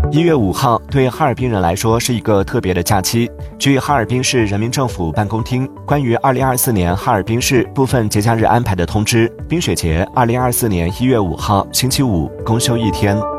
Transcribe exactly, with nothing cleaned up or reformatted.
一月五号对哈尔滨人来说是一个特别的假期。据哈尔滨市人民政府办公厅关于二零二四年哈尔滨市部分节假日安排的通知，冰雪节二零二四年一月五号星期五公休一天。